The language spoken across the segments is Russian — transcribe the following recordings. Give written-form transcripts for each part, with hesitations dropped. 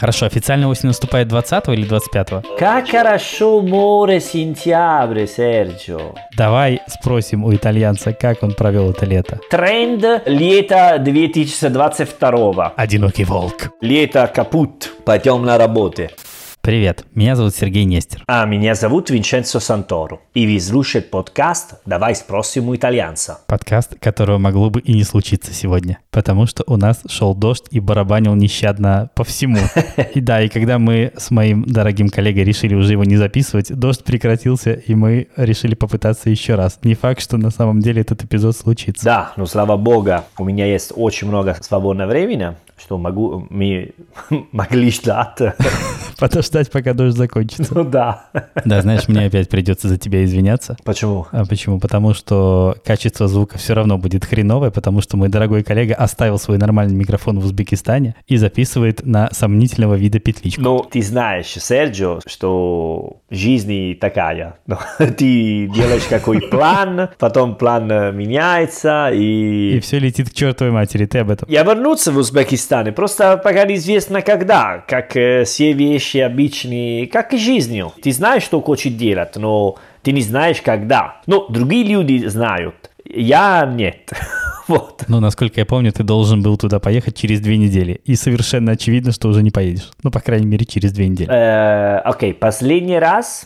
Хорошо, официально осень наступает 20 или 25? Как хорошо море сентябрь, Серджио. Давай спросим у итальянца, как он провел это лето. Тренд лета 2022. Одинокий волк. Лето капут. Пойдем на работу. Привет, меня зовут Сергей Нестер. А меня зовут Винченцо Санторо. И вы слушаете подкаст «Давай спросим у итальянца». Подкаст, которого могло бы и не случиться сегодня, потому что у нас шел дождь и барабанил нещадно по всему. И да, и когда мы с моим дорогим коллегой решили уже его не записывать, дождь прекратился, и мы решили попытаться еще раз. Не факт, что на самом деле этот эпизод случится. Да, но слава богу, у меня есть очень много свободного времени, что мы могли ждать. Подождать, пока дождь закончится. Ну да. Да, знаешь, мне опять придется за тебя извиняться. Почему? А почему? Потому что качество звука все равно будет хреновое, потому что мой дорогой коллега оставил свой нормальный микрофон в Узбекистане и записывает на сомнительного вида петличку. Ну, ты знаешь, Серджио, что жизнь такая. Ты делаешь какой план, потом план меняется и... И все летит к чертовой матери, ты об этом. Я вернуться в Узбекистан, просто пока неизвестно когда, как все вещи обычные, как и жизнью. Ты знаешь, что хочешь делать, но ты не знаешь, когда. Ну, другие люди знают, я нет. Вот. Ну, насколько я помню, ты должен был туда поехать через 2 недели. И совершенно очевидно, что уже не поедешь. Ну, по крайней мере, через 2 недели. Окей, последний раз,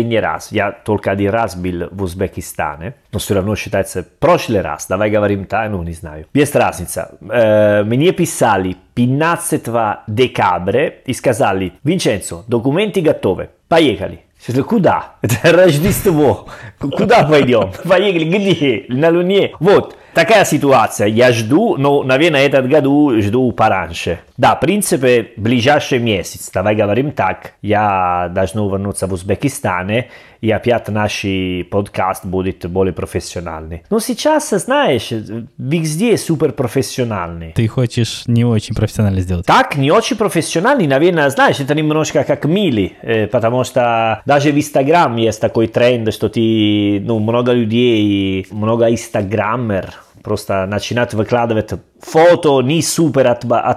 я только один раз был в Узбекистане, но все равно считается прошлый раз, давай говорим так, ну, не знаю. Есть разница. Мне писали 15 декабря и сказали: Винченцо, документы готовы, поехали. Я говорю, куда? Это Рождество. Куда пойдем? Поехали, где? На Луне. Вот, такая ситуация. Я жду, но, наверное, этот году жду пораньше. Да, в принципе, ближайший месяц, давай говорим так, я должен вернуться в Узбекистан, и опять наш подкаст будет более профессиональный. Но сейчас, знаешь, везде супер профессиональный. Ты хочешь не очень профессионально сделать? Так, не очень профессиональный, наверное, знаешь, это немножко как мили, потому что даже в Инстаграм есть такой тренд, что ты, ну, много людей, много инстаграмер просто начинают выкладывать фото не супер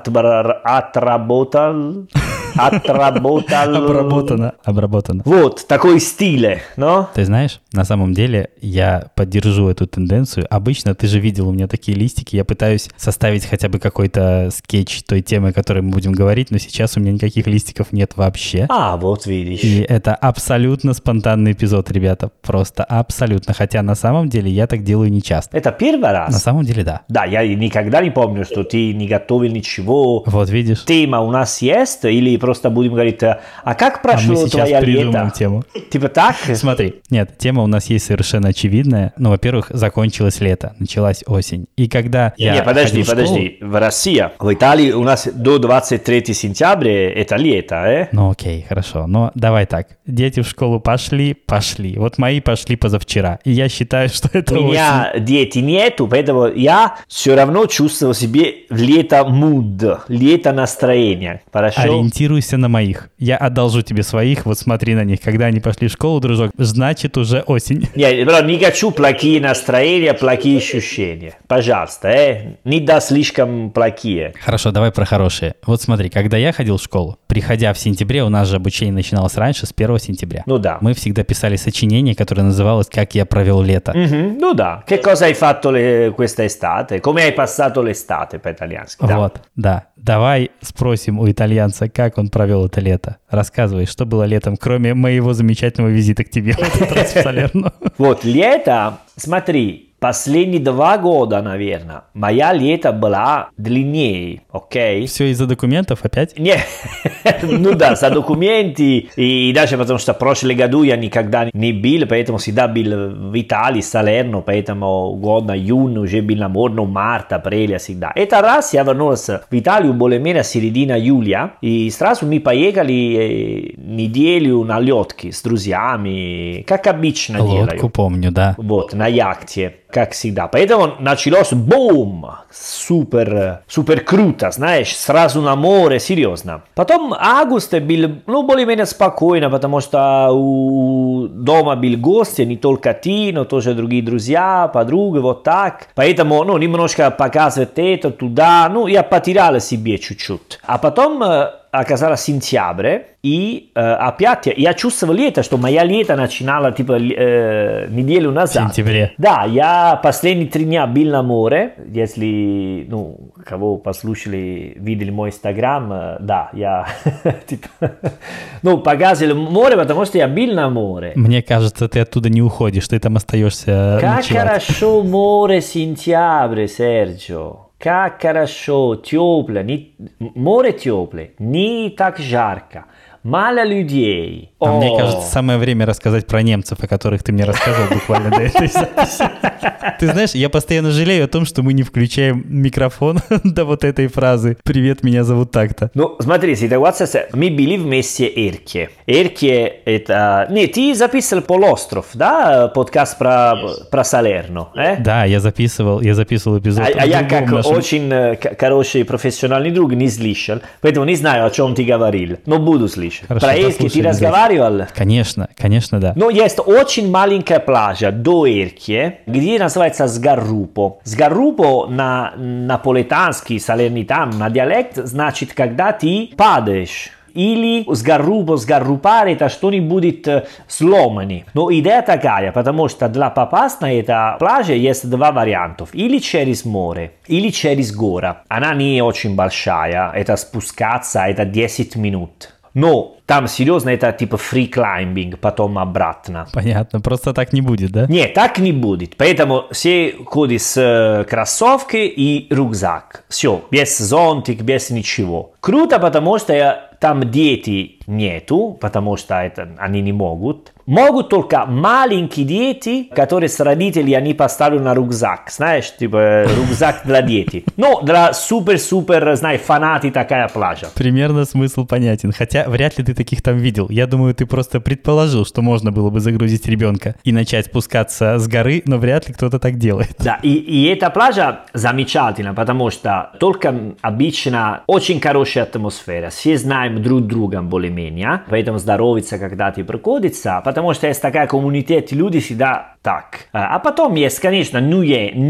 Обработано. Вот, такой стиль, но? Ты знаешь, на самом деле я поддержу эту тенденцию. Обычно ты же видел у меня такие листики, я пытаюсь составить хотя бы какой-то скетч той темы, о которой мы будем говорить, но сейчас у меня никаких листиков нет вообще. А, вот видишь. И это абсолютно спонтанный эпизод, ребята, просто абсолютно. Хотя на самом деле я так делаю не часто. Это первый раз? На самом деле, да. Да, я никогда не помню, что ты не готовил ничего. Вот видишь. Тема у нас есть, или просто будем говорить, а как прошло твоя лето? Мы сейчас придумаем тему. Типа так? Смотри, нет, тема у нас есть совершенно очевидная. Ну, во-первых, закончилось лето, началась осень. И когда я подожди. в России, в Италии у нас до 23 сентября это лето, Ну, окей, хорошо. Но давай так. Дети в школу пошли. Вот мои пошли позавчера. И я считаю, что это осень. У меня дети нету, поэтому я все равно чувствую себе лето муд, лето настроение. Хорошо? Ориентируйся на моих. Я одолжу тебе своих, вот смотри на них. Когда они пошли в школу, дружок, значит уже осень. Не хочу плохие настроения, плохие ощущения. Пожалуйста, не да слишком плохие. Хорошо, давай про хорошие. Вот смотри, когда я ходил в школу, приходя в сентябре, у нас же обучение начиналось раньше, с 1 сентября. Ну да. Мы всегда писали сочинение, которое называлось «Как я провел лето». Ну да. Che cosa hai fatto questa estate? Come hai passato l'estate по-итальянски? Вот, да. Давай спросим у итальянца, как он провел это лето. Рассказывай, что было летом, кроме моего замечательного визита к тебе в этот раз в Салерно. Вот, лето, смотри, последние 2 года, наверное, моя лето была длиннее, окей? Все из-за документов опять? Не, ну да, за документы, и даже потому что в прошлом году я никогда не был, поэтому всегда был в Италии, Салерно, поэтому год на июнь уже был на море, март, апрель всегда. Это раз я вернулся в Италию более-менее середина июля, и сразу мы поехали неделю на лодке с друзьями, как обычно делаю. Лодку помню, да. Вот, на яхте. Как всегда. Поэтому началось бум! Супер круто, знаешь, сразу на море, серьезно. Потом август был, более-менее спокойно, потому что у дома был гость, не только ты, но тоже другие друзья, подруги, вот так. Поэтому, немножко показывать это, туда, я потерял себе чуть-чуть. А потом оказалось сентябрь, и опять я чувствовал лето, что моя лето начинала типа неделю назад. В сентябре. Да, я последние 3 дня был на море. Если, ну, кого послушали, видели мой инстаграм, да, я типа, ну, показывал море, потому что я был на море. Мне кажется, ты оттуда не уходишь, ты там остаешься Как ночевать. хорошо море сентябрь, Серджио. Как хорошо, тепло, море теплое, не так жарко, мало людей. А мне кажется, самое время рассказать про немцев, о которых ты мне рассказывал буквально до этой записи. Ты знаешь, я постоянно жалею о том, что мы не включаем микрофон до вот этой фразы «Привет, меня зовут так-то». Ну, смотри, ситуация, мы были вместе Эрке. Эрке это... Не, ты записывал «Полуостров», да? Подкаст про Салерно, Да, я записывал эпизод. А я как очень хороший профессиональный друг не слышал, поэтому не знаю, о чем ты говорил, но буду слышать. Хорошо, Про Эрке ты разговаривал? Конечно, да. Но есть очень маленькая плажа до Эрки, где называется Сгаррупо. Сгаррупо на наполитанский, салернитан, на диалект значит, когда ты падаешь. Или сгаррупare это что-нибудь сломанный. Но идея такая, потому что для попасть на эту пляжу есть 2 варианта. Или через море, или через гору. Она не очень большая, это спускаться, это 10 минут. Но там серьезно это типа free climbing, потом обратно. Понятно, просто так не будет, да? Нет, так не будет. Поэтому все ходят с кроссовки и рюкзак. Все, без зонтик, без ничего. Круто, потому что там дети нету, потому что это они не могут. Могут только маленькие дети, которые с родителями они поставили на рюкзак. Знаешь, типа рюкзак для детей. Но для супер-супер, знаешь, фанаты такая пляжа. Примерно смысл понятен. Хотя вряд ли ты таких там видел. Я думаю, ты просто предположил, что можно было бы загрузить ребенка и начать спускаться с горы, но вряд ли кто-то так делает. Да, и эта пляжа замечательна, потому что только обычно очень хорошая атмосфера. Все знаем друг друга более-менее, поэтому здоровится, когда ты проходится, потому что есть такая коммунитет, люди всегда так. А потом есть, конечно, new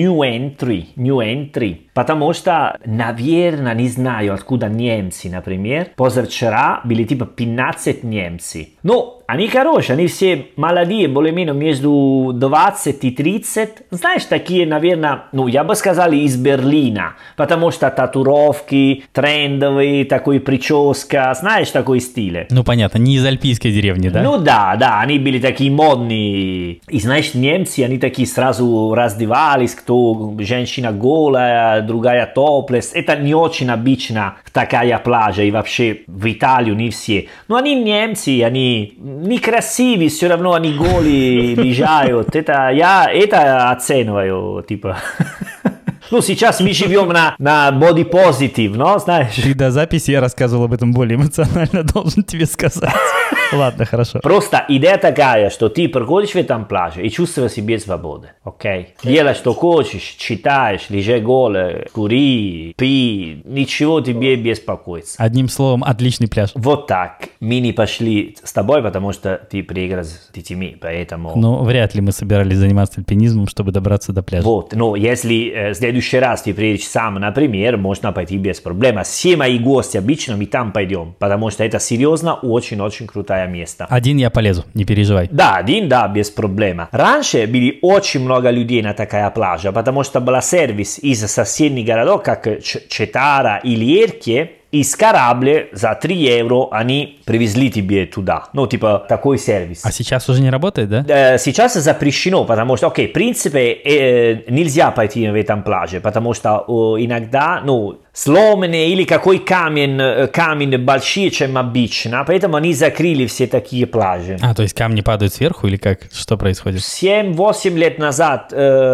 entry, потому что, наверное, не знаю, откуда немцы, например, позавчера были типа 15 немцы. Но они хорошие, они все молодые, более-менее между 20 и 30. Знаешь, такие, наверное, ну, я бы сказал, из Берлина, потому что татуировки, трендовые, такой прическа, знаешь, такой стиль. Ну, понятно, не из альпийской деревни, да? Ну, да, они были такие модные. И, знаешь, немцы, они такие сразу раздевались, кто женщина голая, другая топлес. Это не очень обычно такая пляжа, и вообще в Италию не все. Но они немцы, они некрасивые, все равно они голые, лежают. Я это оцениваю, типа... Ну, сейчас мы живем на body positive, но, знаешь... Ты до записи я рассказывал об этом более эмоционально, должен тебе сказать. Ладно, хорошо. Просто идея такая, что ты проходишь в этом пляже и чувствуешь себе свободу, окей? Делай, что хочешь, читаешь, лежи голый, кури, пи, ничего тебе беспокоиться. Одним словом, отличный пляж. Вот так. Мы не пошли с тобой, потому что ты приехал с детьми, поэтому... Ну, вряд ли мы собирались заниматься альпинизмом, чтобы добраться до пляжа. Вот, но если в следующий раз ты приедешь сам, например, можно пойти без проблем. Все мои гости обычно мы там пойдем, потому что это серьезно очень-очень крутое место. Один я полезу, не переживай. Да, один, да, без проблем. Раньше были очень много людей на такая пляжа, потому что был сервис из соседних городов, как Четара или Эрке, из корабля за 3 евро они привезли тебе туда. Ну, типа, такой сервис. А сейчас уже не работает, да? Сейчас запрещено, потому что, окей, в принципе, нельзя пойти в этом пляже, потому что иногда, ну, сломанные или какой камень большие, чем обычно, поэтому они закрыли все такие пляжи. А, то есть камни падают сверху или как? Что происходит? 7-8 лет назад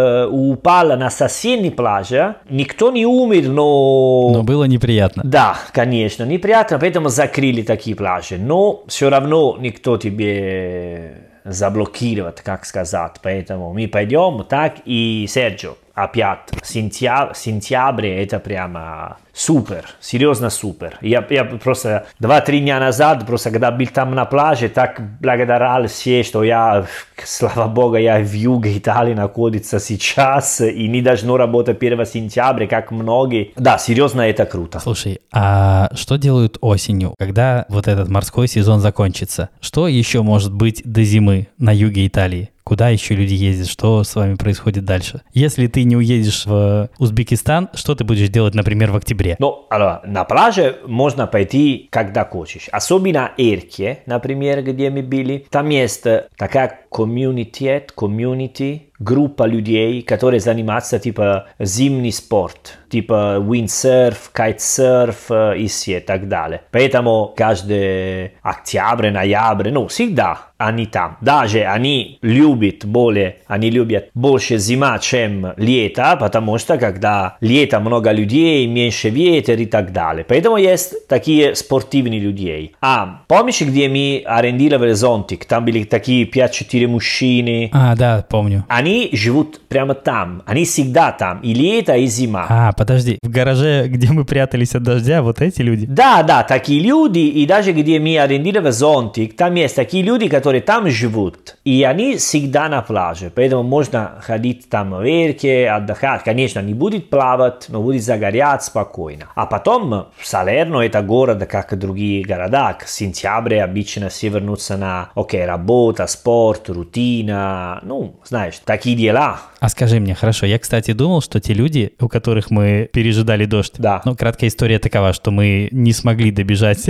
упала на соседней пляже, никто не умер, но... Но было неприятно. Да, конечно, неприятно, поэтому закрыли такие пляжи, но все равно никто тебе заблокировать, как сказать, поэтому мы пойдем так, и Серджио, опять сентябрь, это прямо супер, серьезно супер. Я просто 2-3 дня назад, просто когда был там на пляже, так благодарил все, что я, слава богу, я в юге Италии находится сейчас и не должно работать 1 сентября, как многие. Да, серьезно, это круто. Слушай, а что делают осенью, когда вот этот морской сезон закончится? Что еще может быть до зимы на юге Италии? Куда еще люди ездят? Что с вами происходит дальше? Если ты не уедешь в Узбекистан, что ты будешь делать, например, в октябре? Ну, на пляже можно пойти, когда хочешь. Особенно Эрке, например, где мы были. Там есть такая комьюнити, группа людей, которые занимаются типа зимний спорт, типа windsurf, kitesurf и все так далее. Поэтому каждый октябрь, ноябрь, ну, всегда они там. Даже они любят больше зима, чем лето, потому что когда лето много людей, меньше ветер и так далее. Поэтому есть такие спортивные людей. А помнишь, где мы арендировали зонтик? Там были такие 5-4 мужчины. А, да, помню. Они живут прямо там. Они всегда там. И лето, и зима. А, подожди. В гараже, где мы прятались от дождя, вот эти люди? Да, такие люди. И даже где мы арендировали зонтик, там есть такие люди, которые там живут. И они всегда на пляже. Поэтому можно ходить там в Эрке, отдыхать. Конечно, не будет плавать, но будет загорять спокойно. А потом Салерно это город, как и другие города. К сентябрю обычно все вернутся на работа, спорт, рутина. Ну, знаешь, такие дела. А скажи мне, хорошо, я, кстати, думал, что те люди, у которых мы пережидали дождь, да. Ну, краткая история такова, что мы не смогли добежать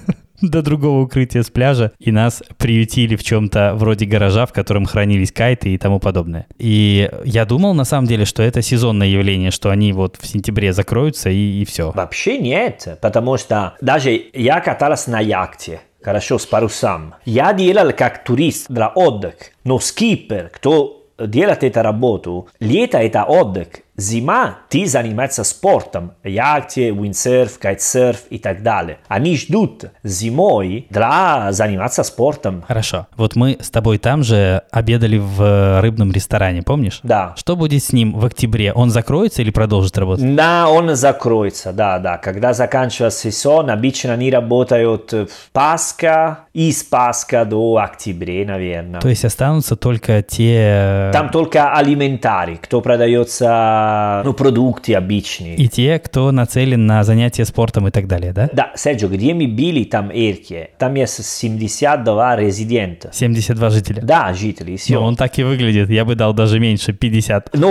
до другого укрытия с пляжа, и нас приютили в чем-то вроде гаража, в котором хранились кайты и тому подобное. И я думал, на самом деле, что это сезонное явление, что они вот в сентябре закроются и все. Вообще нет, потому что даже я катался на яхте, хорошо, с парусом. Я делал как турист для отдыха, но скипер, кто делает эту работу, лето это отдых. Зима ты занимаешься спортом, яхте, windsurf, kitesurf и так далее. Они ждут зимой для заниматься спортом. Хорошо. Вот мы с тобой там же обедали в рыбном ресторане, помнишь? Да. Что будет с ним в октябре? Он закроется или продолжит работать? Да, он закроется, да. Когда заканчивается сезон, обычно они работают в Пасха и с Пасха до октября, наверное. То есть останутся только те... Там только алиментарий, кто продается, продукты обычные. И те, кто нацелен на занятия спортом и так далее, да? Да, Серджио, где мы были, там Эрке, там есть 72 резидента. 72 жителя? Да, жители, все. Ну, он так и выглядит, я бы дал даже меньше, 50. В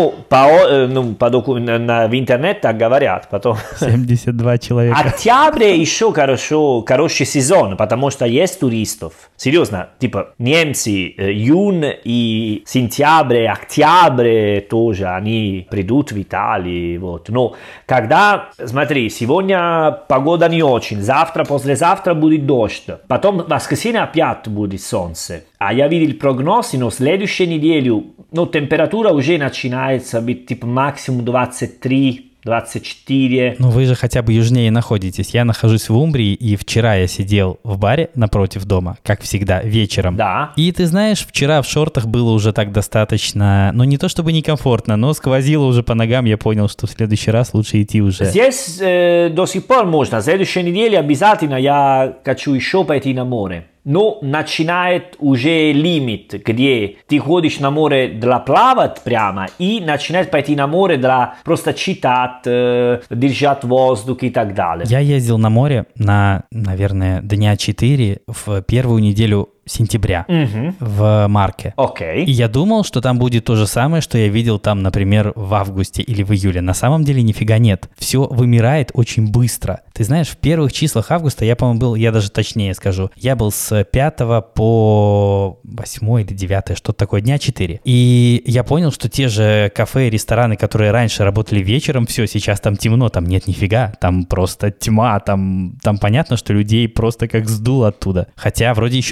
интернете так говорят, потом... 72 человека. Октябрь еще хороший сезон, потому что есть туристов. Серьезно, типа немцы, июнь и сентябрь, октябрь тоже, они придут в Италию, вот. Но когда, смотри, сегодня погода не очень, завтра, послезавтра будет дождь, потом в воскресенье опять будет солнце. А я видел прогноз, но следующую неделю, температура уже начинается быть типа максимум 23, 24. Ну, вы же хотя бы южнее находитесь. Я нахожусь в Умбрии, и вчера я сидел в баре напротив дома, как всегда, вечером. Да. И ты знаешь, вчера в шортах было уже так достаточно, не то чтобы некомфортно, но сквозило уже по ногам, я понял, что в следующий раз лучше идти уже. Здесь до сих пор можно. Следующей неделе обязательно я хочу еще пойти на море. Но начинает уже лимит, где ты ходишь на море для плавать прямо и начинает пойти на море для просто читать, держать воздух и так далее. Я ездил на море на, наверное, дня 4 в первую неделю сентября в Марке. Окей. И я думал, что там будет то же самое, что я видел там, например, в августе или в июле. На самом деле нифига нет. Все вымирает очень быстро. Ты знаешь, в первых числах августа я, по-моему, был, я даже точнее скажу, я был с 5 по 8 или 9, что-то такое, дня 4. И я понял, что те же кафе и рестораны, которые раньше работали вечером, все, сейчас там темно, там нет нифига, там просто тьма, там понятно, что людей просто как сдуло оттуда. Хотя вроде еще тепло.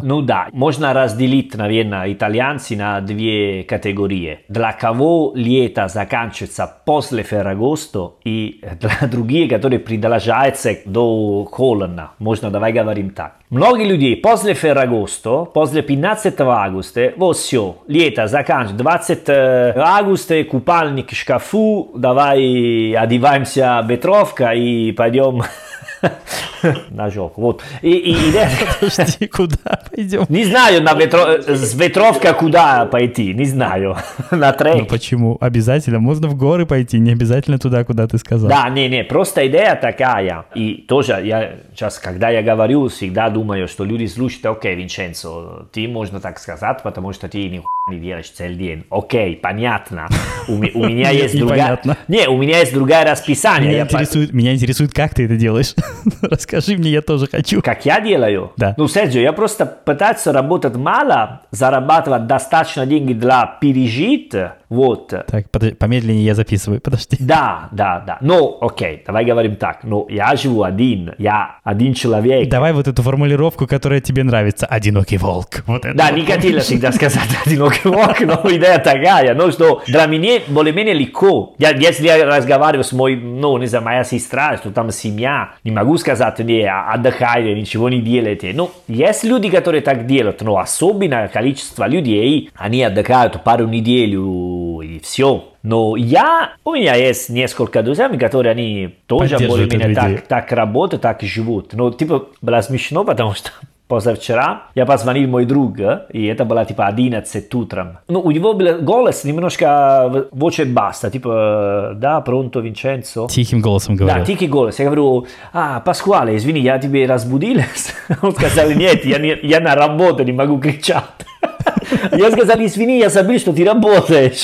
Ну да, можно разделить, наверное, итальянцы на две категории. Для кого лето заканчивается после Феррагосто и для других, которые продолжаются до холодно. Можно, давай говорим так. Многие люди после Феррагосто, после 15 августа, вот все, лето заканчивается. 20 августа, купальник в шкафу, давай одеваемся ветровка и пойдем на жопу. Вот. Подожди, куда пойдем? Не знаю, с ветровка куда пойти, не знаю. На трек. Ну почему? Обязательно. Можно в горы пойти, не обязательно туда, куда ты сказал. Да, не, просто идея такая. И тоже, я сейчас, когда я говорю, всегда думаю, что люди слушают, окей, Винченцо, ты можно так сказать, потому что ты не делаешь целый день. Окей, понятно. У меня есть другая... Не, у меня есть другое расписание. Меня интересует, как ты это делаешь. Расскажи мне, я тоже хочу. Как я делаю? Да. Ну, Серджио, я просто пытаюсь работать мало, зарабатывать достаточно деньги для пережить. Вот. Так, помедленнее я записываю, подожди. Да. Ну, окей, давай говорим так. Ну, я живу один, я один человек. Давай вот эту формулировку, которая тебе нравится. Одинокий волк. Вот это да, вот. не хотела всегда сказать одинокий волк, но идея такая. Ну, что для меня более-менее легко. Если я разговариваю с моя сестра, что там семья, не могу сказать, не, отдыхайте, ничего не делайте. Ну, есть люди, которые так делают, но особенное количество людей, они отдыхают пару недель и все. Но у меня есть несколько друзей, которые они тоже более-менее так работают, так и живут. Но типа было смешно, потому что позавчера я позвонил мой друг, и это было типа 11 утром. Ну, у него был голос немножко voce bassa, типа, да, pronto, Винченцо. Тихим голосом говорил. Да, тихий голос. Я говорю, Паскуале, извини, я тебе разбудил? Он сказал, нет, я на работу не могу кричать. Я сказал, извини, я забыл, что ты работаешь.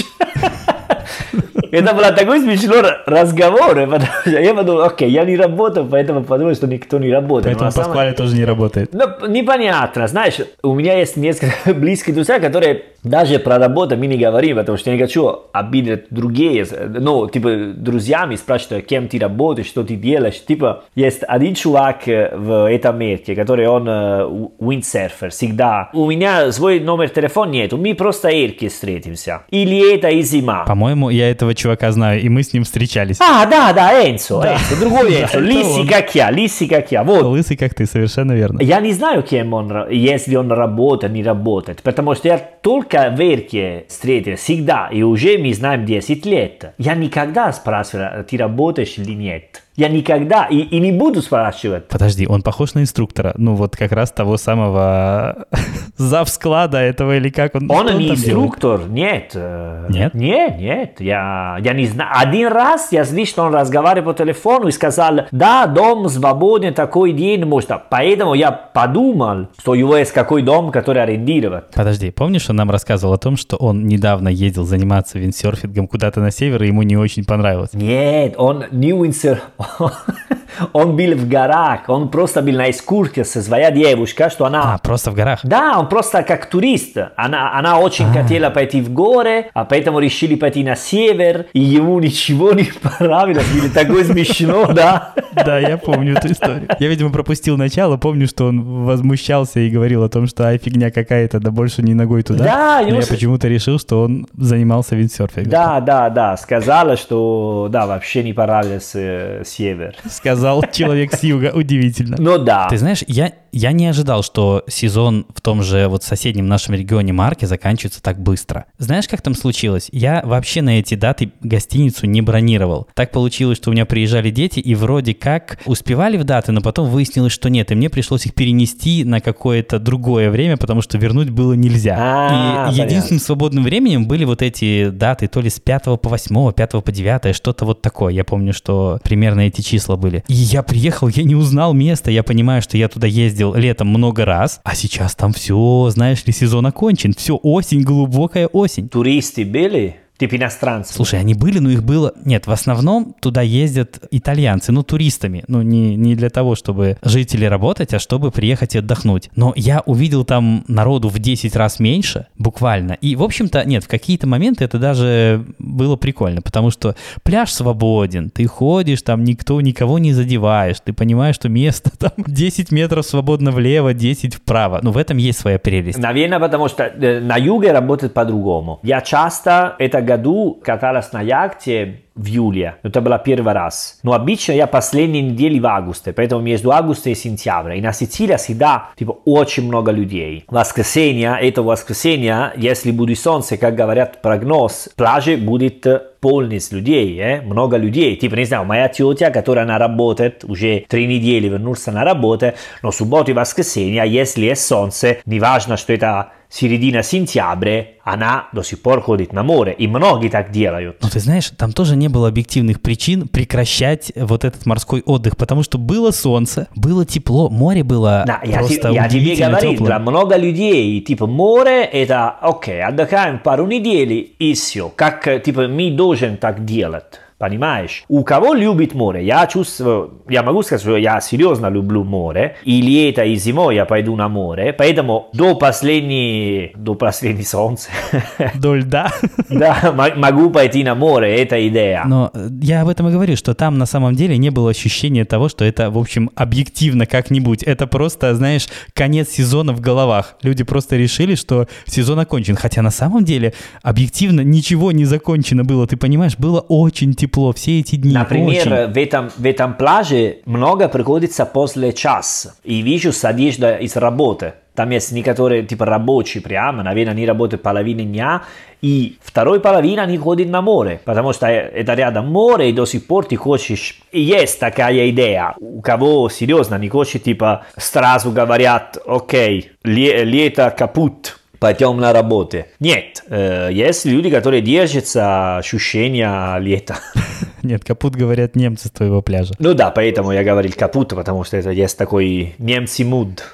Это был такой смешной разговор, потому что я подумал, окей, я не работаю, поэтому подумал, что никто не работает. Поэтому Паскуале тоже не работает. Ну, непонятно, знаешь, у меня есть несколько близких друзей, которые даже про работу мы не говорим, потому что я не хочу обидеть другие, ну, типа, друзьями спрашивают, кем ты работаешь, что ты делаешь. Типа, есть один чувак в этом месте, который он windsurfer, всегда. У меня свой номер телефона нет, мы просто ирки встретимся. И лето, и зима. По-моему, я этого чувака знаю, и мы с ним встречались. Да, Энцо, другой Энцо, лысый как я, вот. Лысый как ты, совершенно верно. Я не знаю, кем он, если он работает, не работает, потому что я только в Ирке встретил всегда, и уже мы знаем 10 лет. Я никогда спрашивал, ты работаешь или нет. Я никогда и не буду спрашивать. Подожди, он похож на инструктора. Ну, вот как раз того самого завсклада этого, или как он... Он не инструктор, нет. Нет? Нет. Я не знаю. Один раз я слышал, что он разговаривал по телефону и сказал, да, дом свободен, такой день можно. Поэтому я подумал, что у него есть какой дом, который арендировать. Подожди, помнишь, он нам рассказывал о том, что он недавно ездил заниматься виндсерфингом куда-то на север, и ему не очень понравилось? Нет, он не виндсерф. Он был в горах, он просто был на экскурсии со своей девушкой, что она... просто в горах? Да, он просто как турист. Она очень хотела пойти в горы, а поэтому решили пойти на север, и ему ничего не понравилось, было такое смешно, да? Да, я помню эту историю. Я, видимо, пропустил начало, помню, что он возмущался и говорил о том, что фигня какая-то, да больше не ногой туда. Да, но я почему-то решил, что он занимался виндсерфингом. Да, сказала, что да, вообще не понравился север. Сказал человек с юга, удивительно. Ну да. Ты знаешь, я не ожидал, что сезон в том же вот соседнем нашем регионе Марке заканчивается так быстро. Знаешь, как там случилось? Я вообще на эти даты гостиницу не бронировал. Так получилось, что у меня приезжали дети и вроде как успевали в даты, но потом выяснилось, что нет, и мне пришлось их перенести на какое-то другое время, потому что вернуть было нельзя. И единственным свободным временем были вот эти даты, то ли с 5 по 8, 5 по 9, что-то вот такое. Я помню, что примерно эти числа были. И я приехал, я не узнал место, я понимаю, что я туда ездил летом много раз, а сейчас там все, знаешь ли, сезон окончен, все, осень, глубокая осень. Туристы были? Типа иностранцы. Слушай, они были, но их было... Нет, в основном туда ездят итальянцы, туристами. Не для того, чтобы жить или работать, а чтобы приехать и отдохнуть. Но я увидел там народу в 10 раз меньше, буквально. И, в общем-то, нет, в какие-то моменты это даже было прикольно, потому что пляж свободен, ты ходишь, там никого не задеваешь, ты понимаешь, что место там 10 метров свободно влево, 10 вправо. В этом есть своя прелесть. Наверное, потому что на юге работает по-другому. Я часто это году каталась на яхте в июле. Это было первый раз. Но обычно я последние недели в августе, поэтому между августом и сентябрем. И на Сицилии всегда очень много людей. Воскресенье, если будет солнце, как говорят прогноз, пляжи будет полный людей, много людей. Не знаю, моя тетя, которая она работает, уже 3 недели вернулся на работу, но субботу и воскресенье, если есть солнце, неважно, что это середина сентября, она до сих пор ходит на море, и многие так делают. Но ты знаешь, там тоже не было объективных причин прекращать вот этот морской отдых, потому что было солнце, было тепло, море было просто я тебе говорю, теплым. Для много людей, море, это окей, отдыхаем пару недель, и все. Как, мы должны так делать. Понимаешь? У кого любит море? Я могу сказать, что я серьезно люблю море. И лето, и зимой я пойду на море. Поэтому до последнего солнца. До льда. Да, могу пойти на море, это идея. Но я об этом и говорю, что там на самом деле не было ощущения того, что это, в общем, объективно как-нибудь. Это просто, знаешь, конец сезона в головах. Люди просто решили, что сезон окончен. Хотя на самом деле объективно ничего не закончено было. Ты понимаешь, было очень тепло все эти дни. Например, в этом пляже много приходится после часа. И вижу с одеждой из работы. Там есть некоторые рабочие прямо, наверное, они работают половину дня, и второй половины они ходят на море, потому что это рядом море, и до сих пор ты хочешь... И есть такая идея, у кого серьезно не хочет, сразу говорят, окей, лето капут, пойдем на работу. Нет, есть люди, которые держатся ощущения лета. Нет, капут говорят немцы с твоего пляжа. Ну да, поэтому я говорил капут, потому что это есть такой немцы муд.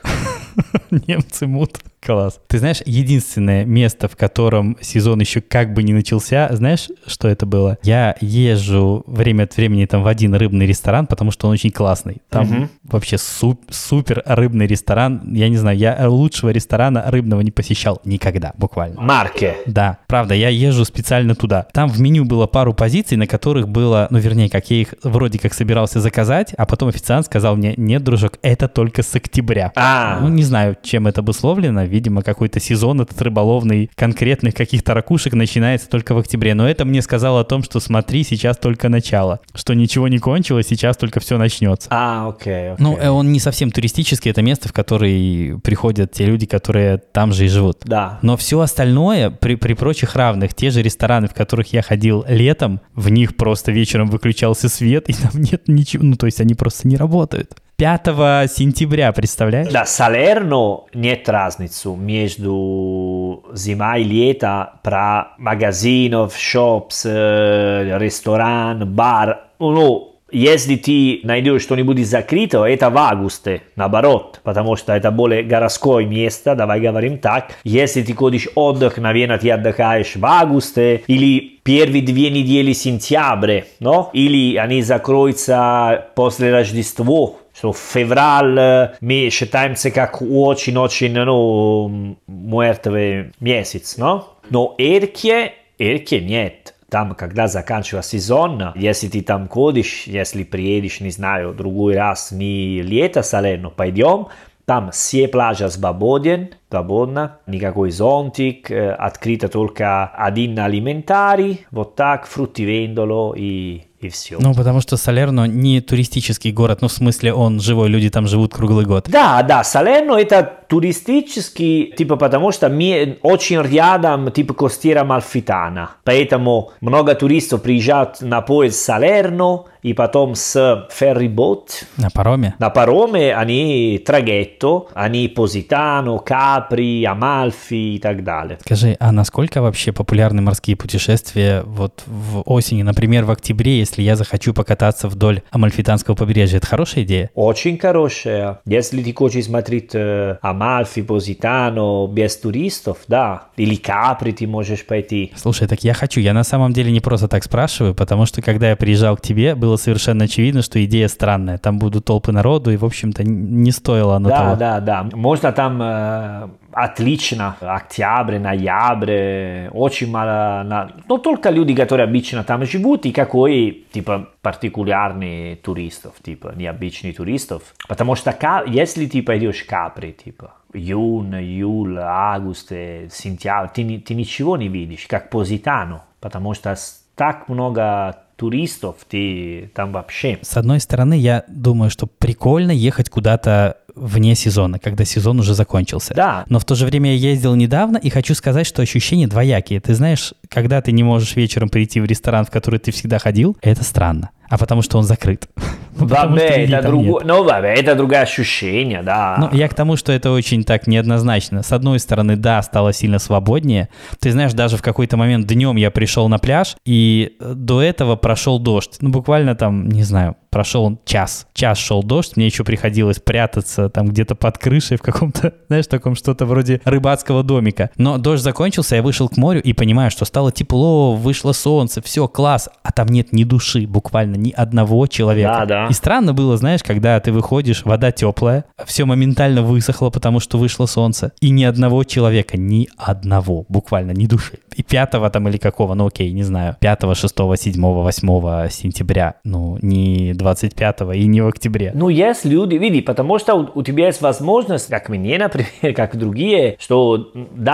Немцы мут. Класс. Ты знаешь, единственное место, в котором сезон еще как бы не начался, знаешь, что это было? Я езжу время от времени там в один рыбный ресторан, потому что он очень классный. Там вообще супер рыбный ресторан. Я не знаю, я лучшего ресторана рыбного не посещал никогда, буквально. Марке. Да, правда, я езжу специально туда. Там в меню было пару позиций, на которых было, как я их вроде как собирался заказать, а потом официант сказал мне, нет, дружок, это только с октября. Не знаю, чем это обусловлено. Видимо, какой-то сезон этот рыболовный конкретных каких-то ракушек начинается только в октябре. Но это мне сказало о том, что смотри, сейчас только начало. Что ничего не кончилось, сейчас только все начнется. Окей. Он не совсем туристический. Это место, в которое приходят те люди, которые там же и живут. Да. Но все остальное, при прочих равных, те же рестораны, в которых я ходил летом, в них просто вечером выключался свет, и там нет ничего. То есть они просто не работают. 5 сентября, представляешь? Да, Салерно нет разницы между зимой и летом про магазинов, шопс, ресторан, бар. Если ты найдешь что-нибудь закрытого, это в августе, наоборот, потому что это более городское место, давай говорим так. Если ты ходишь отдых, наверное, ты отдыхаешь в августе или первые 2 недели сентября, или они закроются после Рождества. Что февраль мы считаемся как очень-очень мертвый месяц, Но Эрке нет. Там, когда заканчивается сезон, если ты там ходишь, если приедешь, не знаю, другой раз, не лето, Салерно, пойдем, там все пляжи свободно, никакой зонтик, открыто только один алиментарий, вот так, фрутивендоло и все. Потому что Салерно не туристический город, в смысле он живой, люди там живут круглый год. Да, Салерно это туристический, потому что мы очень рядом, Costiera Amalfitana. Поэтому много туристов приезжают на поезд Салерно, и потом с феррибот. На пароме? На пароме они трагетто, они Positano, Capri, Amalfi и так далее. Скажи, а насколько вообще популярны морские путешествия вот в осени, например, в октябре, если я захочу покататься вдоль Амальфитанского побережья? Это хорошая идея? Очень хорошая. Если ты хочешь смотреть Амальфи, Поситано, без туристов, да. Или Капри ты можешь пойти. Слушай, так я на самом деле не просто так спрашиваю, потому что когда я приезжал к тебе, было совершенно очевидно, что идея странная. Там будут толпы народу, и, в общем-то, не стоило оно того. Да. Можно там отлично. Октябрь, ноябрь, очень мало. Но только люди, которые обычно там живут, и какой, типа, партикулярный туристов, типа, необычных туристов. Потому что если ты пойдешь в Капри, типа, июль, август, сентябрь, ты ничего не видишь, как Поситано, потому что так много туристов, ты там вообще... С одной стороны, я думаю, что прикольно ехать куда-то вне сезона, когда сезон уже закончился. Да. Но в то же время я ездил недавно и хочу сказать, что ощущения двоякие. Ты знаешь, когда ты не можешь вечером прийти в ресторан, в который ты всегда ходил, это странно. А потому что он закрыт. Это другое ощущение, да. Ну, я к тому, что это очень так неоднозначно. С одной стороны, да, стало сильно свободнее. Ты знаешь, даже в какой-то момент днем я пришел на пляж, и до этого прошел дождь. Ну, буквально там, не знаю, прошел час. Час шел дождь, мне еще приходилось прятаться там где-то под крышей в каком-то, знаешь, таком что-то вроде рыбацкого домика. Но дождь закончился, я вышел к морю и понимаю, что стало тепло, вышло солнце, все, класс. А там нет ни души, буквально ни одного человека. Да. И странно было, знаешь, когда ты выходишь, вода теплая, все моментально высохло, потому что вышло солнце, и ни одного человека, ни одного, буквально, ни души. И 5 там или какого, ну окей, не знаю, 5, 6, 7, 8 сентября, ну не 25 и не в октябре. Ну, есть люди, види, потому что у тебя есть возможность, как мне, например, как другие, что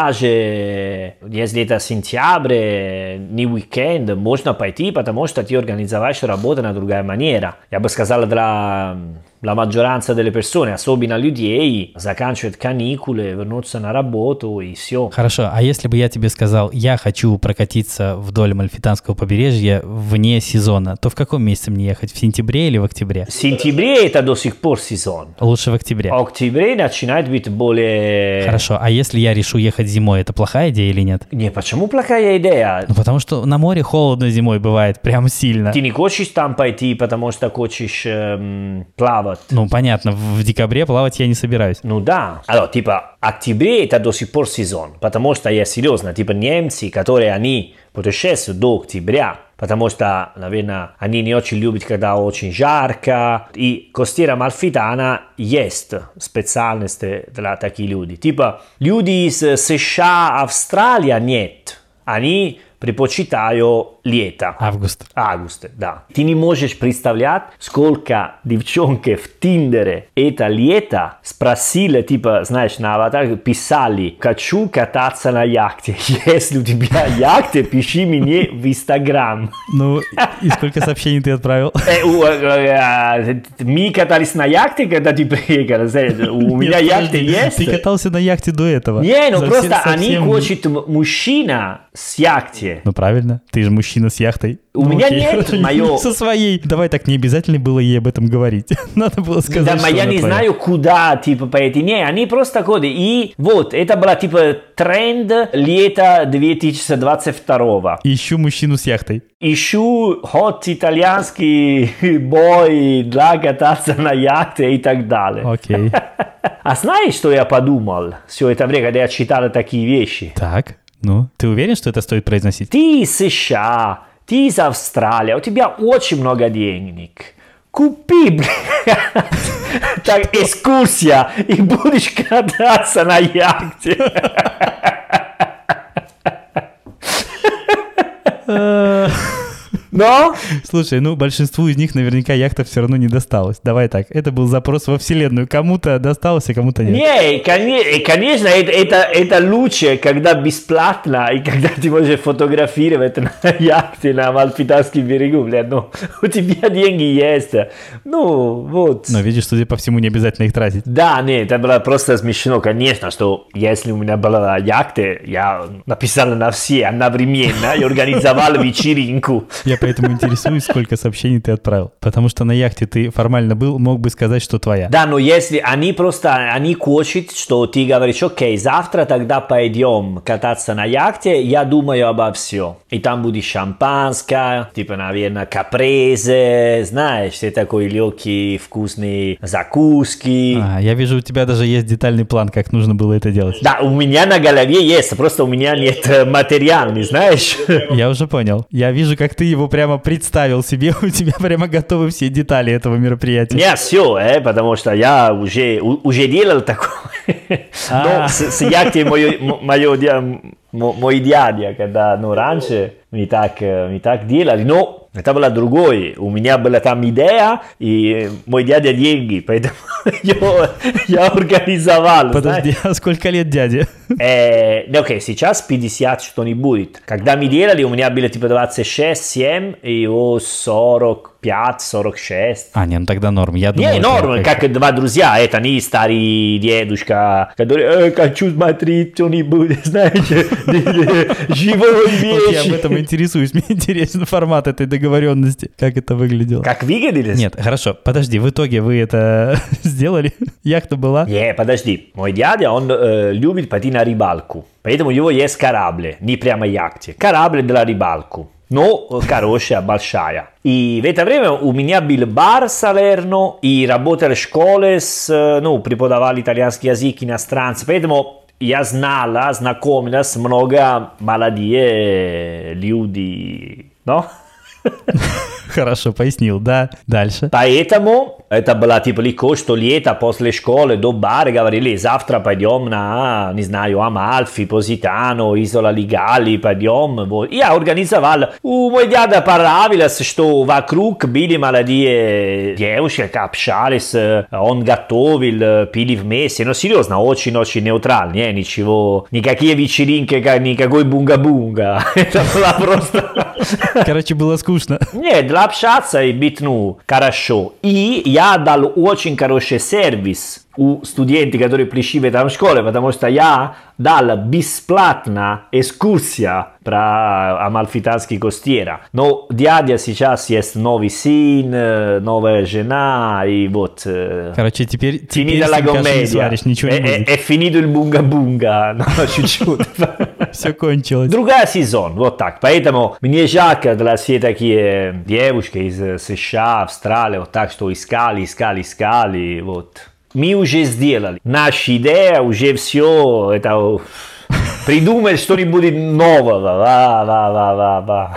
даже если это сентябрь, не уикенд, можно пойти, потому что ты организовываешь работу на другая манера. Я бы сказал, для maggioranza delle persone, особенно людей, заканчивают каникулы, вернуться на работу и все. Хорошо, а если бы я тебе сказал, я хочу прокатиться вдоль Амальфитанского побережья вне сезона, то в каком месяце мне ехать? В сентябре или в октябре? В сентябре это до сих пор сезон. Лучше в октябре. В октябре начинает быть более... Хорошо, а если я решу ехать зимой, это плохая идея или нет? Не, почему плохая идея? Ну, потому что на море холодно зимой бывает, прям сильно. Ты не хочешь там пойти, потому что хочешь плавать? Ну, понятно, в декабре плавать я не собираюсь. Ну да. Типа, октябре это до сих пор сезон, потому что я серьезно, типа, немцы, которые они путешествуют до октября, потому что, наверное, они не очень любят, когда очень жарко, и Costiera Amalfitana есть специальность для таких людей. Типа, люди из США, Австралия нет, они предпочитаю лето. Август, да. Ты не можешь представлять, сколько девчонки в Тиндере это лето спросили, типа, знаешь, на аватарке писали: «Хочу кататься на яхте». Если у тебя яхта, пиши мне в Инстаграм. Ну, и сколько сообщений ты отправил? Мы катались на яхте, когда ты приехал. У меня яхта есть. Ты катался на яхте до этого. Не, ну просто они хотят мужчина с яхте. Ну правильно, ты же мужчина с яхтой. У меня нет мое... Со своей. Давай так, не обязательно было ей об этом говорить. Надо было сказать, да, я не знаю, куда, типа, пойти. Не, они просто ходят. И вот, это была, типа, тренд лета 2022. Ищу мужчину с яхтой. Ищу hot итальянский бой для кататься на яхте и так далее. Окей. А знаешь, что я подумал все это время, когда я читал такие вещи? Так, ну, ты уверен, что это стоит произносить? Ты из США, ты из Австралии, у тебя очень много денег. Купи, блядь, так, экскурсия, и будешь кататься на яхте. Но? Слушай, ну большинству из них наверняка яхта все равно не досталась. Давай так, это был запрос во вселенную. Кому-то досталось, а кому-то нет. Не, конечно, это лучше, когда бесплатно, и когда ты можешь фотографировать на яхте на Амальфитанском берегу, блядь, ну, у тебя деньги есть. Ну, вот. Но видишь, судя по всему, не обязательно их тратить. Да, нет, это было просто смешно, конечно, что если у меня была яхта, я написал на все одновременно и организовал вечеринку. Я поэтому интересуюсь, сколько сообщений ты отправил. Потому что на яхте ты формально был, мог бы сказать, что твоя. Да, но если они кочут, что ты говоришь, окей, завтра тогда пойдем кататься на яхте, я думаю обо всем. И там будет шампанское, типа, наверное, капрезе, знаешь, все такой легкие, вкусные закуски. Я вижу, у тебя даже есть детальный план, как нужно было это делать. Да, у меня на голове есть, просто у меня нет материала, знаешь. Я уже понял. Я вижу, как ты его прямо представил себе, у тебя прямо готовы все детали этого мероприятия. Не все, потому что я уже делал такое. Но с яхтой мой дядя, когда, раньше мы так делали, но это было другое. У меня была там идея, и мой дядя деньги, поэтому я организовал. Подожди, а сколько лет дяде? Окей, сейчас 50 что-нибудь. Когда мы делали, у меня было типа 26-7, и его 45-46. Не, ну тогда норм. Я думал, не, норм, как два друзья, это не старый дедушка, который, хочу смотреть что-нибудь, знаете, живой вещи. Я об этом интересуюсь, мне интересен формат этой договоренности, как это выглядело. Как выглядели? Нет, хорошо, подожди, в итоге вы это сделали? Яхта была? Не, подожди, мой дядя, он любит пойти на рыбалку, поэтому у него есть корабль, не прямо яхте, корабль для рыбалку. Но хорошая, большая. И в это время у меня был бар в Салерно, и работали в школе, преподавали итальянский язык иностранцы, поэтому я знакомилась много молодые люди, но... Хорошо, пояснил, да. Дальше. Поэтому это было типа легко, что лето после школы до бара говорили, завтра пойдем на, не знаю, Амальфи, Поситано, Isola Ligali, пойдем. Вот. Я организовал. У мой дядя понравилось, что вокруг были молодые девушки, общались, он готовил, пили вместе. Но серьезно, очень-очень нейтрально, ничего, никакие вечеринки, никакой бунга-бунга. Это было просто... Короче, было скучно. Нет, для общаться и быть, хорошо. И я дал очень хороший сервис у студентов, которые пришли в этом школе, потому что я дал бесплатно экскурсия про Амальфитанский костера. Но дядя сейчас есть новый сын, новая жена, и вот... Короче, теперь finita la commedia. Ничего не будет. È finito il bunga-bunga. Чуть-чуть. Все кончилось. Другая сезон, вот так. Поэтому мне жалко для все такие девушки из США, Австралии, вот так, что искали, вот. Мы уже сделали. Наша идея уже все, это... Придумать что-нибудь нового.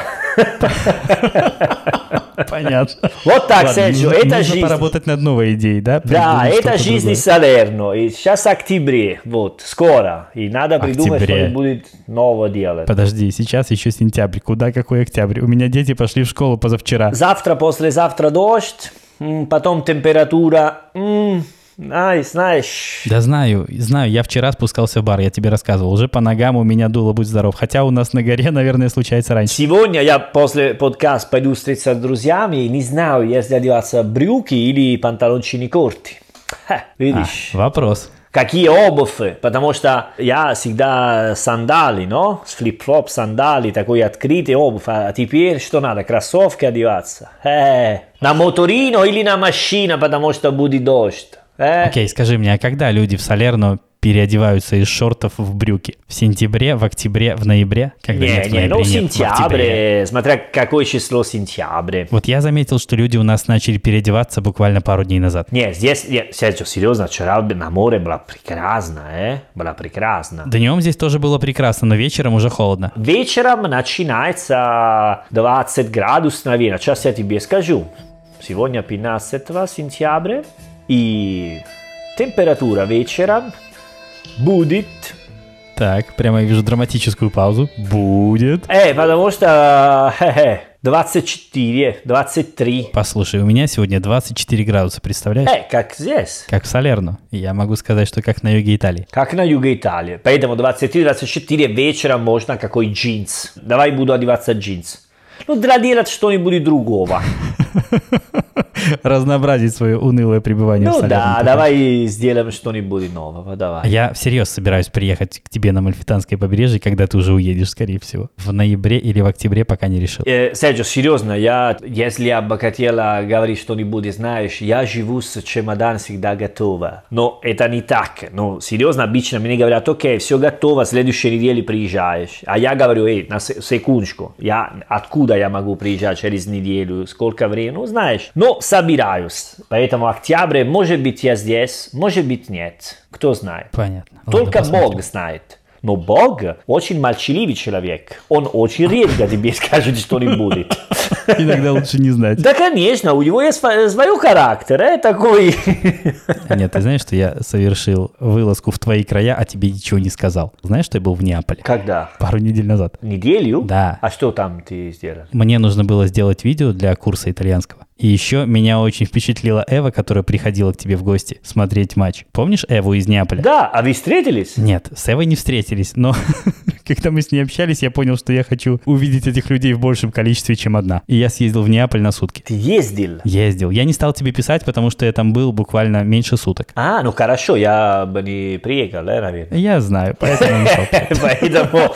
Понятно. Вот так, Серджио, это нужно жизнь. поработать над новой идеей, да? Да, это жизнь из Салерно. И сейчас октябре, вот, скоро. И надо придумать, что будет новое делать. Подожди, сейчас еще сентябрь. Куда какой октябрь? У меня дети пошли в школу позавчера. Завтра, послезавтра дождь, потом температура... знаешь... Да знаю, я вчера спускался в бар, я тебе рассказывал, уже по ногам у меня дуло, будь здоров, хотя у нас на горе, наверное, случается раньше. Сегодня я после подкаста пойду встретиться с друзьями, и не знаю, если одеваться брюки или панталончики корты. Видишь? Вопрос. Какие обувь, потому что я всегда сандали, с флип-флоп сандали, такой открытый обувь, а теперь что надо, кроссовки одеваться? На моторино или на машину, потому что будет дождь? Окей, скажи мне, а когда люди в Салерно переодеваются из шортов в брюки? В сентябре, в октябре, в ноябре? В сентябре, смотря какое число сентября. Вот я заметил, что люди у нас начали переодеваться буквально пару дней назад. Серджио, серьезно, вчера на море было прекрасно, было прекрасно. Днем здесь тоже было прекрасно, но вечером уже холодно. Вечером начинается 20 градусов, наверное, сейчас я тебе скажу. Сегодня 15 сентября. И температура вечером будет... Так, прямо я вижу драматическую паузу. Будет. Потому что 24, 23. Послушай, у меня сегодня 24 градуса, представляешь? Как здесь. Как в Салерно. Я могу сказать, что как на юге Италии. Как на юге Италии. Поэтому 23-24 вечером можно какой джинс. Давай буду одеваться джинс. Для делать что-нибудь другого. разнообразить свое унылое пребывание в Ну Салерно. да, давай сделаем что-нибудь нового, давай. Я всерьез собираюсь приехать к тебе на Амальфитанское побережье, когда ты уже уедешь, скорее всего. В ноябре или в октябре, пока не решил. Серджио, серьезно, если я бы хотела говорить что-нибудь, знаешь, я живу с чемодан всегда готово. Но это не так. Ну, серьезно, обычно мне говорят, окей, все готово, в следующей неделе приезжаешь. А я говорю, на секундочку, откуда я могу приезжать через неделю, сколько времени, ну, знаешь. Но собираюсь. Поэтому октябрь, может быть, я здесь, может быть, нет. Кто знает. Понятно. Только Ладно, Бог знает. Но Бог очень молчаливый человек. Он очень редко тебе скажет что-нибудь. Иногда лучше не знать. Да, конечно, у него есть свой характер, такой. Нет, ты знаешь, что я совершил вылазку в твои края, а тебе ничего не сказал? Знаешь, что я был в Неаполе? Когда? Пару недель назад. Неделю? Да. А что там ты сделал? Мне нужно было сделать видео для курса итальянского. И еще меня очень впечатлила Эва, которая приходила к тебе в гости смотреть матч. Помнишь Эву из Неаполя? Да, а вы встретились? Нет, с Эвой не встретились, но когда мы с ней общались, я понял, что я хочу увидеть этих людей в большем количестве, чем одна. И я съездил в Неаполь на сутки. Ты ездил? Ездил. Я не стал тебе писать, потому что я там был буквально меньше суток. А, ну хорошо, я бы не приехал, наверное. Я знаю, поэтому не стал писать. Поэтому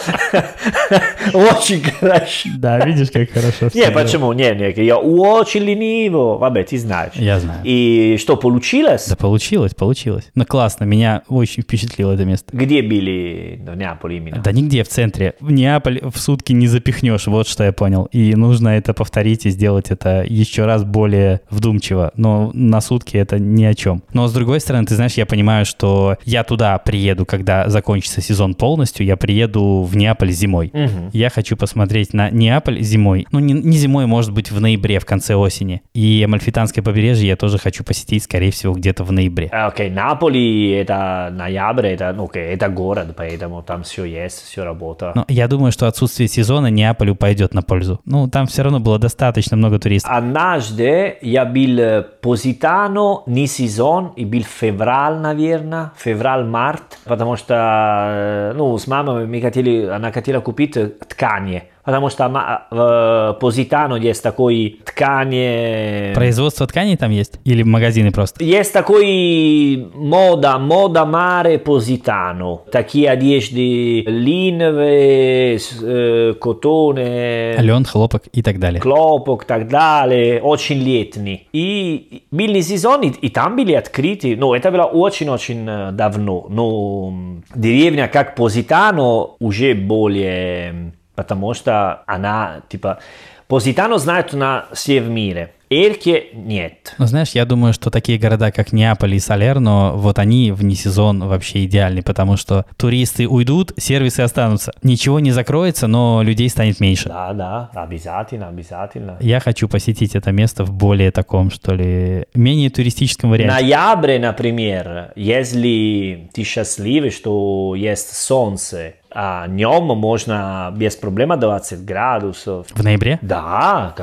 очень хорошо. Да, видишь, как хорошо все Не, было. почему? Не, я очень ленивый. Vabbè, ты знаешь. Я знаю. И что, получилось? Да получилось. Ну классно, меня очень впечатлило это место. Где были в Неаполе именно? Да нигде в центре. В Неаполь в сутки не запихнешь, вот что я понял. И нужно это повторить и сделать это еще раз более вдумчиво. Но на сутки это ни о чем. Но с другой стороны, ты знаешь, я понимаю, что я туда приеду, когда закончится сезон полностью. Я приеду в Неаполь зимой. Угу. Я хочу посмотреть на Неаполь зимой. Ну, не зимой, может быть, в ноябре, в конце осени. И Амальфитанское побережье я тоже хочу посетить, скорее всего, где-то в ноябре. Окей, Наполи это ноябрь, это город, поэтому там все есть, все работает. Но я думаю, что отсутствие сезона Неаполю пойдет на пользу. Ну, там все равно было достаточно много туристов. Однажды я был Positano не сезон, и был февраль, наверное, февраль-март, потому что, с мамой она хотела купить ткани. Потому что в Positano есть такой ткани... Производство тканей там есть? Или магазины просто? Есть такой мода mare Positano. Такие одежды линовые, котоны... Лен, хлопок и так далее. Хлопок и так далее. Очень летний. И был сезон, и там были открыты. Это было очень-очень давно. Но деревня как Positano уже более... Потому что она, Positano знают на все в мире. Эльке нет. Ну, знаешь, я думаю, что такие города, как Неаполь и Салерно, вот они вне сезон вообще идеальны, потому что туристы уйдут, сервисы останутся. Ничего не закроется, но людей станет меньше. Да, обязательно. Я хочу посетить это место в более таком, что ли, менее туристическом варианте. Ноябрь, например, если ты счастливый, что есть солнце, а днем можно без проблем 20 градусов. В ноябре? Да,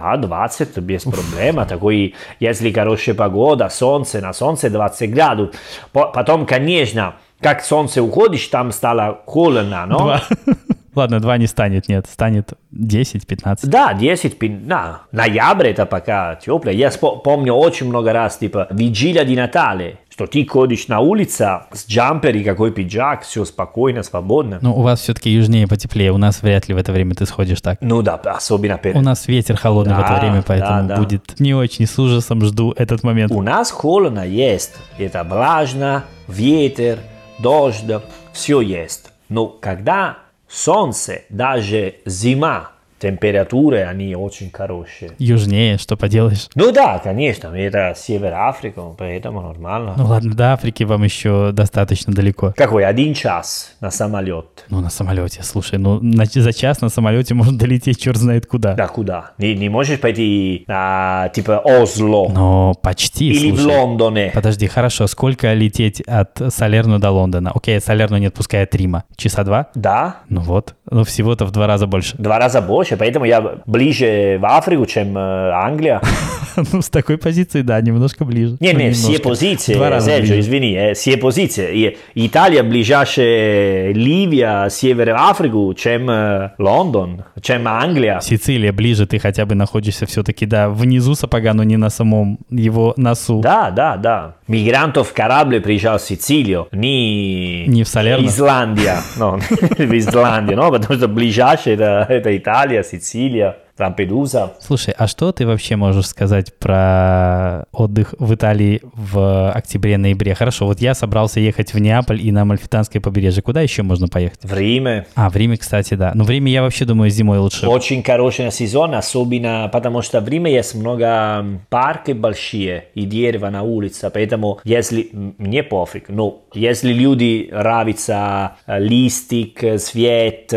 20 без проблем. Такой, если хорошая погода, на солнце 20 градусов. Потом, конечно, как солнце уходишь, там стало холодно, но... 2. Ладно, 2 не станет, нет, станет 10-15. Да, 10, да. Ноябрь это пока тепло. Я помню очень много раз, Вигилия di Natale, что ты ходишь на улице с джампером, какой пиджак, все спокойно, свободно. Ну, у вас все-таки южнее потеплее, у нас вряд ли в это время ты сходишь так. Ну да, особенно перед... У нас ветер холодный в это время, поэтому будет не очень, с ужасом жду этот момент. У нас холодно есть, это влажно, ветер, дождь, все есть. Но когда солнце, даже зима, температуры, они очень хорошие. Южнее, что поделаешь? Ну да, конечно, это Север Африка, поэтому нормально. Ну ладно, до Африки вам еще достаточно далеко. Какой, 1 час на самолет? Ну, на самолете, слушай, за час на самолете можно долететь черт знает куда. Да куда? Не можешь пойти на, Осло? Ну, почти, или слушай. в Лондоне? Подожди, хорошо, сколько лететь от Салерно до Лондона? Окей, от Салерно не отпускай от Рима. Часа 2? Да. Ну вот, всего-то в 2 раза больше. 2 раза больше? короче, поэтому я ближе в Африку, чем Англия. Ну, с такой позиции, да, немножко ближе. Не, все позиции, Серджио, извини, все позиции. Италия ближайшая Ливия, Север Африку, чем Лондон, чем Англия. Сицилия ближе, ты хотя бы находишься все-таки, да, внизу сапога, но не на самом его носу. Да. Мигрантов корабль приезжал в Сицилию, не в Салерно. Исландия, в Исландию, потому что ближайшая это Италия, Сицилия. Лампедуза. Слушай, а что ты вообще можешь сказать про отдых в Италии в октябре-ноябре? Хорошо, вот я собрался ехать в Неаполь и на Амальфитанское побережье. Куда еще можно поехать? В Риме. В Риме, кстати, да. Но в Риме я вообще думаю, зимой лучше. Очень хороший сезон, особенно потому что в Риме есть много парков большие и дерева на улице, поэтому если мне пофиг, но если люди нравится листик, свет,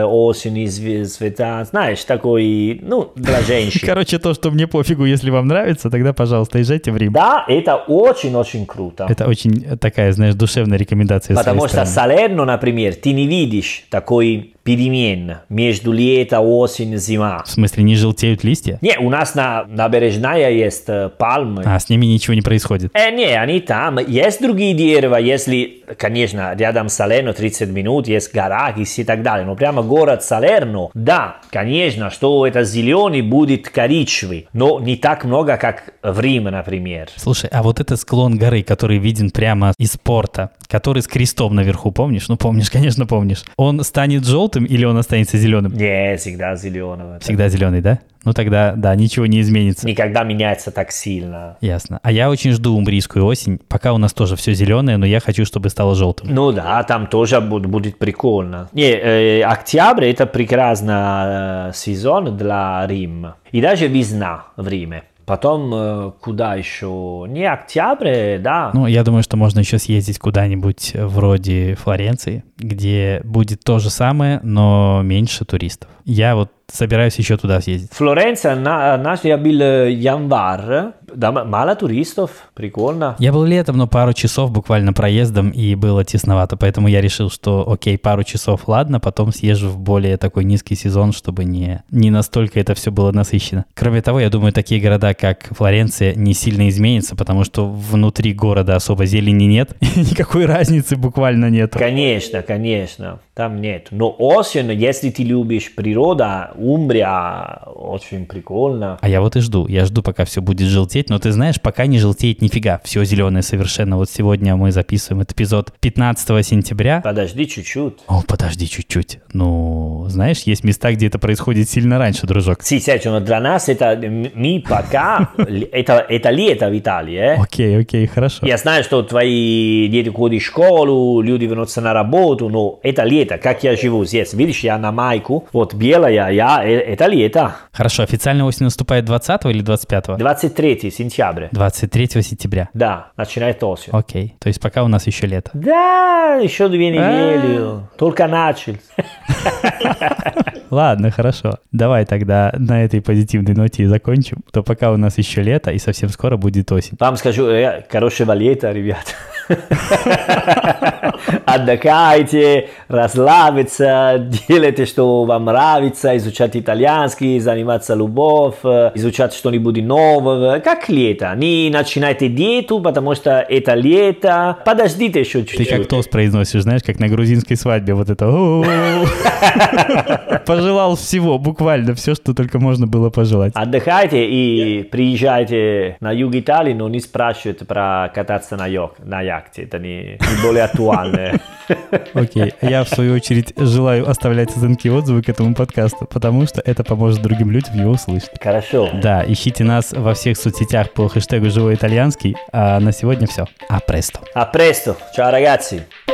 осень, цвета, знаешь, такой, для женщин. Короче, то, что мне пофигу, если вам нравится, тогда, пожалуйста, езжайте в Рим. Да, это очень-очень круто. Это очень такая, знаешь, душевная рекомендация. Потому что Салерно, например, ты не видишь такой перемен между лето, осень, зима. В смысле, не желтеют листья? Не, у нас на набережная есть пальмы. С ними ничего не происходит? Не, они там. Есть другие дерева, если, конечно, рядом с Салерно 30 минут, есть гора и так далее. Но прямо город Салерно, да, конечно, что это зеленый будет коричневый, но не так много, как в Риме, например. Слушай, а вот этот склон горы, который виден прямо из порта, который с крестом наверху, помнишь? Помнишь, конечно, помнишь. Он станет желтым или он останется зеленым? Не, всегда зеленый. Всегда зеленый, да? Тогда, да, ничего не изменится. Никогда меняется так сильно. Ясно. А я очень жду умбрийскую осень. Пока у нас тоже все зеленое, но я хочу, чтобы стало желтым. Да, там тоже будет прикольно. Октябрь это прекрасный сезон для Рима. И даже весна в Риме. Потом куда еще? Не октябрь, да. Я думаю, что можно еще съездить куда-нибудь вроде Флоренции, где будет то же самое, но меньше туристов. Я вот собираюсь еще туда съездить. Флоренция, я был январь, да, мало туристов, прикольно. Я был летом, но пару часов буквально проездом, и было тесновато, поэтому я решил, что окей, пару часов, ладно, потом съезжу в более такой низкий сезон, чтобы не настолько это все было насыщенно. Кроме того, я думаю, такие города, как Флоренция, не сильно изменятся, потому что внутри города особо зелени нет, никакой разницы буквально нет. Конечно, там нет. Но осень, если ты любишь природу, Умбрия очень прикольно. А я вот и жду. Я жду, пока все будет желтеть. Но ты знаешь, пока не желтеет нифига. Все зеленое совершенно. Вот сегодня мы записываем этот эпизод 15 сентября. Подожди чуть-чуть. Подожди чуть-чуть. Знаешь, есть места, где это происходит сильно раньше, дружок. Но для нас это мы пока это лето в Италии. Окей, хорошо. Я знаю, что твои дети ходят в школу, люди вернутся на работу, но это лето. Как я живу здесь. Видишь, я на майку, вот белая, это лето. Хорошо, официально осень наступает 20 или 25? 23 сентября. 23 сентября. Да, начинает осень. Окей, то есть пока у нас еще лето. Да, еще 2 недели. Только начал. Ладно, хорошо. Давай тогда на этой позитивной ноте и закончим. То пока у нас еще лето, и совсем скоро будет осень. Вам скажу, хорошего лета, ребят. Отдыхайте, расслабиться, делайте, что вам нравится, изучать итальянский, заниматься любовь, изучать что-нибудь новое. Как лето. Не начинайте диету, потому что это лето. Подождите еще чуть-чуть. Ты как тост произносишь, знаешь, как на грузинской свадьбе. Вот это. Пожелал всего, буквально все, что только можно было пожелать. Отдыхайте и приезжайте на юг Италии, но не спрашивайте про кататься на яхте. Это не более актуально. Окей. Я, в свою очередь, желаю оставлять оценки и отзывы к этому подкасту, потому что это поможет другим людям его услышать. Хорошо. Да, ищите нас во всех соцсетях по хэштегу «Живой итальянский». А на сегодня все. А престо. А престо. Ciao, ragazzi.